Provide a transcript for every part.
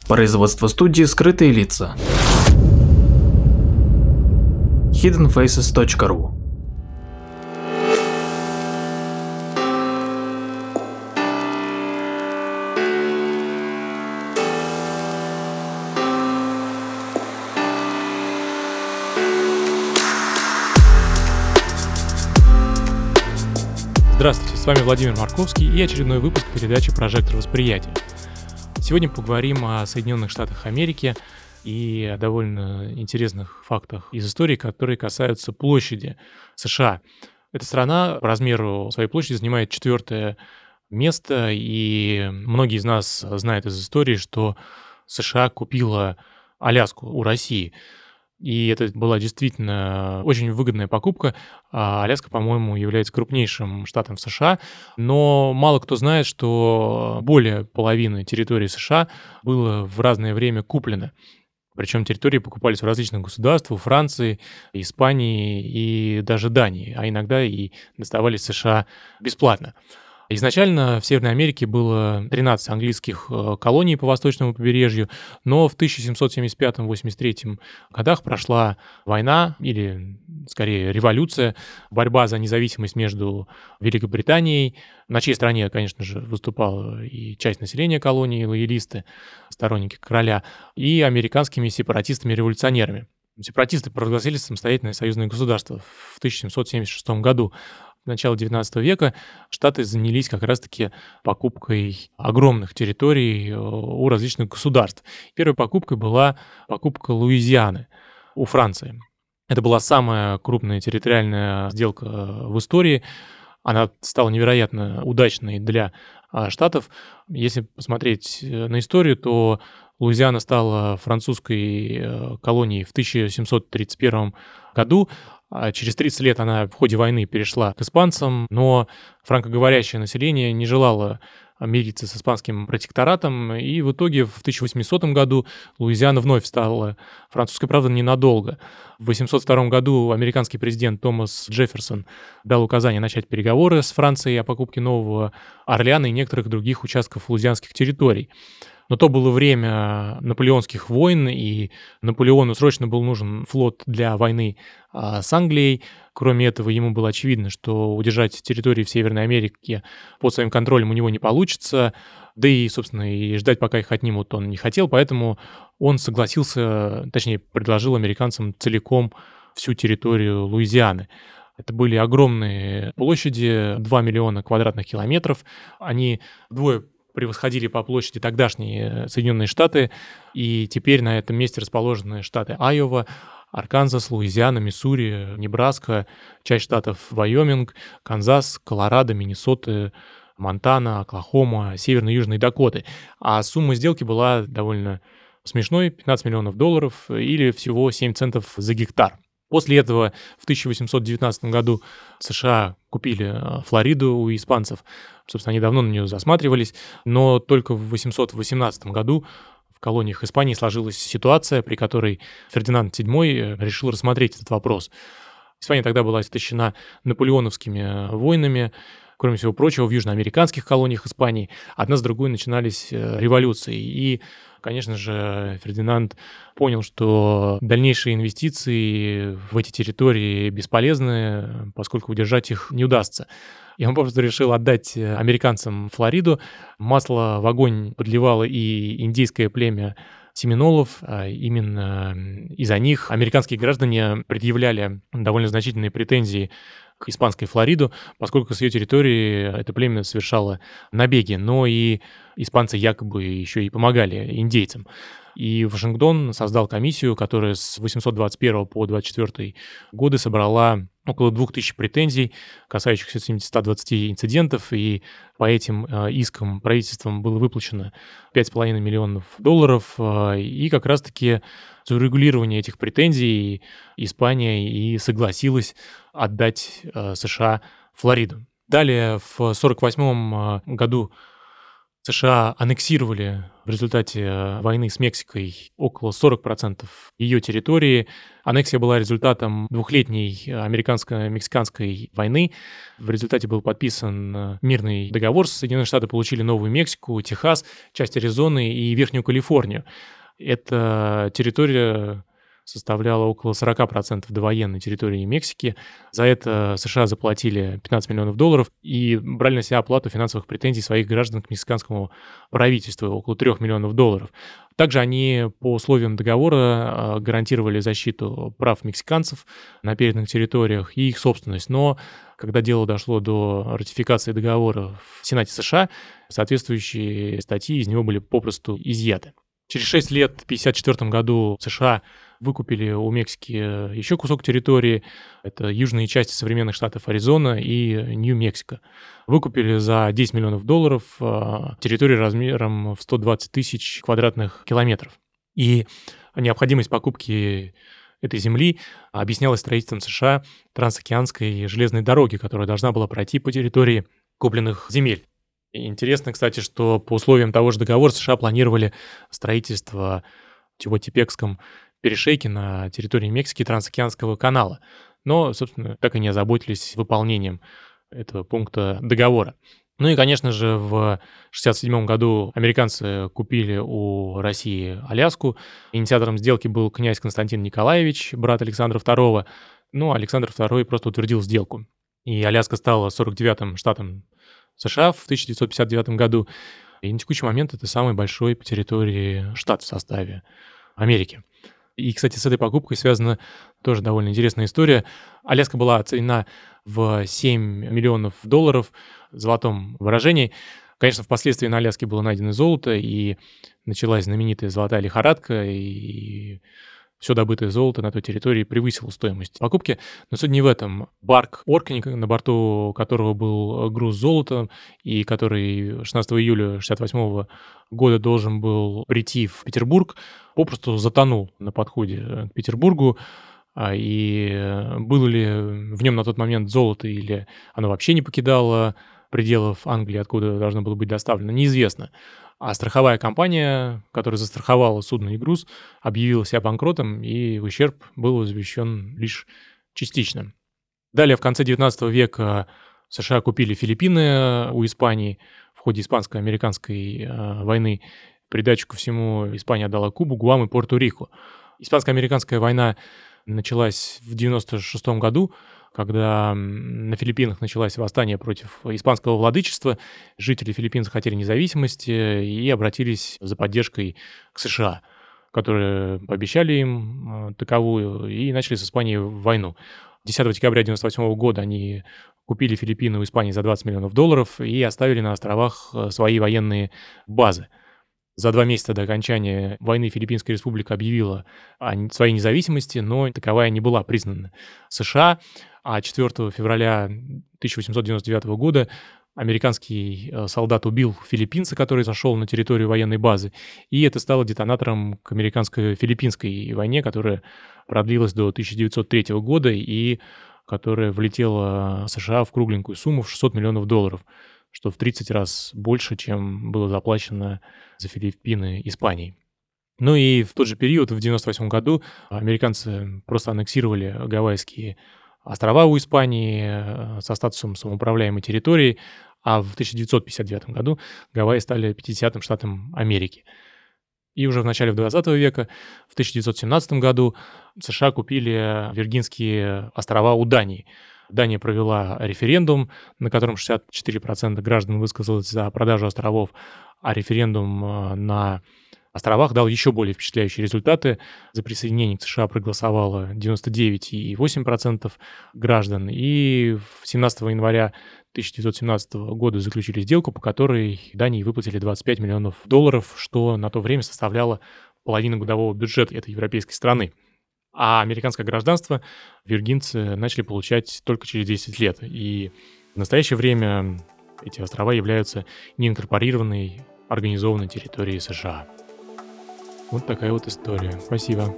Производство студии «Скрытые лица». hiddenfaces.ru. Здравствуйте, с вами Владимир Марковский и очередной выпуск передачи «Прожектор восприятия». Сегодня поговорим о Соединенных Штатах Америки и о довольно интересных фактах из истории, которые касаются площади США. Эта страна по размеру своей площади занимает 4-е место, и многие из нас знают из истории, что США купила Аляску у России. И это была действительно очень выгодная покупка. Аляска, по-моему, является крупнейшим штатом в США, но мало кто знает, что более половины территории США было в разное время куплено. Причем территории покупались в различных государствах, у Франции, Испании и даже Дании, а иногда и доставались США бесплатно. Изначально в Северной Америке было 13 английских колоний по восточному побережью, но в 1775-83 годах прошла война, или скорее революция, борьба за независимость между Великобританией, на чьей стороне, конечно же, выступала и часть населения колонии, лоялисты, сторонники короля, и американскими сепаратистами-революционерами. Сепаратисты провозгласили самостоятельное союзное государство в 1776 году. В начале XIX века Штаты занялись как раз-таки покупкой огромных территорий у различных государств. Первой покупкой была покупка Луизианы у Франции. Это была самая крупная территориальная сделка в истории. Она стала невероятно удачной для Штатов. Если посмотреть на историю, то Луизиана стала французской колонией в 1731 году. Через 30 лет она в ходе войны перешла к испанцам, но франкоговорящее население не желало мириться с испанским протекторатом, и в итоге в 1800 году Луизиана вновь стала французской, правда, ненадолго. В 1802 году американский президент Томас Джефферсон дал указание начать переговоры с Францией о покупке Нового Орлеана и некоторых других участков луизианских территорий. Но то было время наполеонских войн, и Наполеону срочно был нужен флот для войны с Англией. Кроме этого, ему было очевидно, что удержать территории в Северной Америке под своим контролем у него не получится. Да и, собственно, и ждать, пока их отнимут, он не хотел, поэтому он согласился, точнее, предложил американцам целиком всю территорию Луизианы. Это были огромные площади, 2 миллиона квадратных километров. Они вдвое превосходили по площади тогдашние Соединенные Штаты, и теперь на этом месте расположены штаты Айова, Арканзас, Луизиана, Миссури, Небраска, часть штатов Вайоминг, Канзас, Колорадо, Миннесота, Монтана, Оклахома, Северной и Южной Дакоты. А сумма сделки была довольно смешной — $15 миллионов или всего 7 центов за гектар. После этого в 1819 году США купили Флориду у испанцев. Собственно, они давно на нее засматривались, но только в 1818 году в колониях Испании сложилась ситуация, при которой Фердинанд VII решил рассмотреть этот вопрос. Испания тогда была истощена наполеоновскими войнами. Кроме всего прочего, в южноамериканских колониях Испании одна с другой начинались революции. И, конечно же, Фердинанд понял, что дальнейшие инвестиции в эти территории бесполезны, поскольку удержать их не удастся. И он просто решил отдать американцам Флориду. Масло в огонь подливало и индейское племя семинолов. Именно из-за них американские граждане предъявляли довольно значительные претензии к испанской Флориду, поскольку с ее территории это племя совершало набеги, но и испанцы якобы еще и помогали индейцам. И Вашингтон создал комиссию, которая с 821 по 24 годы собрала около 2000 претензий, касающихся 720 инцидентов, и по этим искам правительством было выплачено $5,5 миллионов, и как раз-таки за урегулирование этих претензий Испания и согласилась отдать США Флориду. Далее, в 1948 году США аннексировали в результате войны с Мексикой около 40% ее территории. Аннексия была результатом двухлетней американско-мексиканской войны. В результате был подписан мирный договор. Соединенные Штаты получили Новую Мексику, Техас, часть Аризоны и Верхнюю Калифорнию. Эта территория составляла около 40% довоенной территории Мексики. За это США заплатили $15 миллионов и брали на себя оплату финансовых претензий своих граждан к мексиканскому правительству, около $3 миллионов. Также они по условиям договора гарантировали защиту прав мексиканцев на переданных территориях и их собственность. Но когда дело дошло до ратификации договора в Сенате США, соответствующие статьи из него были попросту изъяты. Через 6 лет, в 1954 году, США выкупили у Мексики еще кусок территории. Это южные части современных штатов Аризона и Нью-Мексико. Выкупили за $10 миллионов территорию размером в 120 тысяч квадратных километров. И необходимость покупки этой земли объяснялась строительством США трансокеанской железной дороги, которая должна была пройти по территории купленных земель. И интересно, кстати, что по условиям того же договора США планировали строительство в Теотипекском перешейке на территории Мексики Трансокеанского канала. Но, собственно, так и не озаботились выполнением этого пункта договора. Ну и, конечно же, в 1967 году американцы купили у России Аляску. Инициатором сделки был князь Константин Николаевич, брат Александра II. Но Александр II просто утвердил сделку. И Аляска стала 49-м штатом США в 1959 году. И на текущий момент это самый большой по территории штат в составе Америки. И, кстати, с этой покупкой связана тоже довольно интересная история. Аляска была оценена в $7 миллионов в золотом выражении. Конечно, впоследствии на Аляске было найдено золото, и началась знаменитая золотая лихорадка, и все добытое золото на той территории превысило стоимость покупки. Но суть не в этом. Барк Оркниг, на борту которого был груз золота, и который 16 июля 1968 года должен был прийти в Петербург, попросту затонул на подходе к Петербургу. И было ли в нем на тот момент золото, или оно вообще не покидало пределов Англии, откуда должно было быть доставлено, неизвестно. А страховая компания, которая застраховала судно и груз, объявила себя банкротом, и ущерб был возмещен лишь частично. Далее, в конце 19 века США купили Филиппины у Испании в ходе Испанско-американской войны. Придачу ко всему Испания отдала Кубу, Гуам и Пуэрто-Рико. Испанско-американская война началась в 1996 году, когда на Филиппинах началось восстание против испанского владычества. Жители Филиппин захотели независимости и обратились за поддержкой к США, которые пообещали им таковую, и начали с Испанией войну. 10 декабря 1998 года они купили Филиппины у Испании за $20 миллионов и оставили на островах свои военные базы. За 2 месяца до окончания войны Филиппинская республика объявила о своей независимости, но таковая не была признана США. А 4 февраля 1899 года американский солдат убил филиппинца, который зашел на территорию военной базы, и это стало детонатором к американско-филиппинской войне, которая продлилась до 1903 года и которая влетела США в кругленькую сумму в $600 миллионов, что в 30 раз больше, чем было заплачено за Филиппины Испанией. Ну и в тот же период, в 1998 году, американцы просто аннексировали Гавайские острова у Испании со статусом самоуправляемой территории, а в 1959 году Гавайи стали 50-м штатом Америки. И уже в начале 20 века, в 1917 году, США купили Виргинские острова у Дании. Дания провела референдум, на котором 64% граждан высказалось за продажу островов, а референдум на островах дал еще более впечатляющие результаты. За присоединение к США проголосовало 99,8% граждан. И 17 января 1917 года заключили сделку, по которой Дании выплатили $25 миллионов, что на то время составляло половину годового бюджета этой европейской страны. А американское гражданство виргинцы начали получать только через 10 лет. И в настоящее время эти острова являются неинкорпорированной организованной территорией США. Вот такая вот история. Спасибо.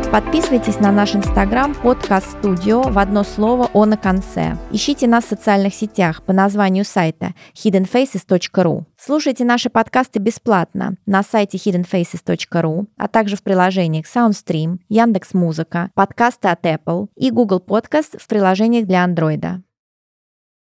Подписывайтесь на наш инстаграм Podcast Studio в одно слово «О» на конце. Ищите нас в социальных сетях по названию сайта hiddenfaces.ru. Слушайте наши подкасты бесплатно на сайте hiddenfaces.ru, а также в приложениях SoundStream, Яндекс.Музыка, подкасты от Apple и Google Podcast в приложениях для Android.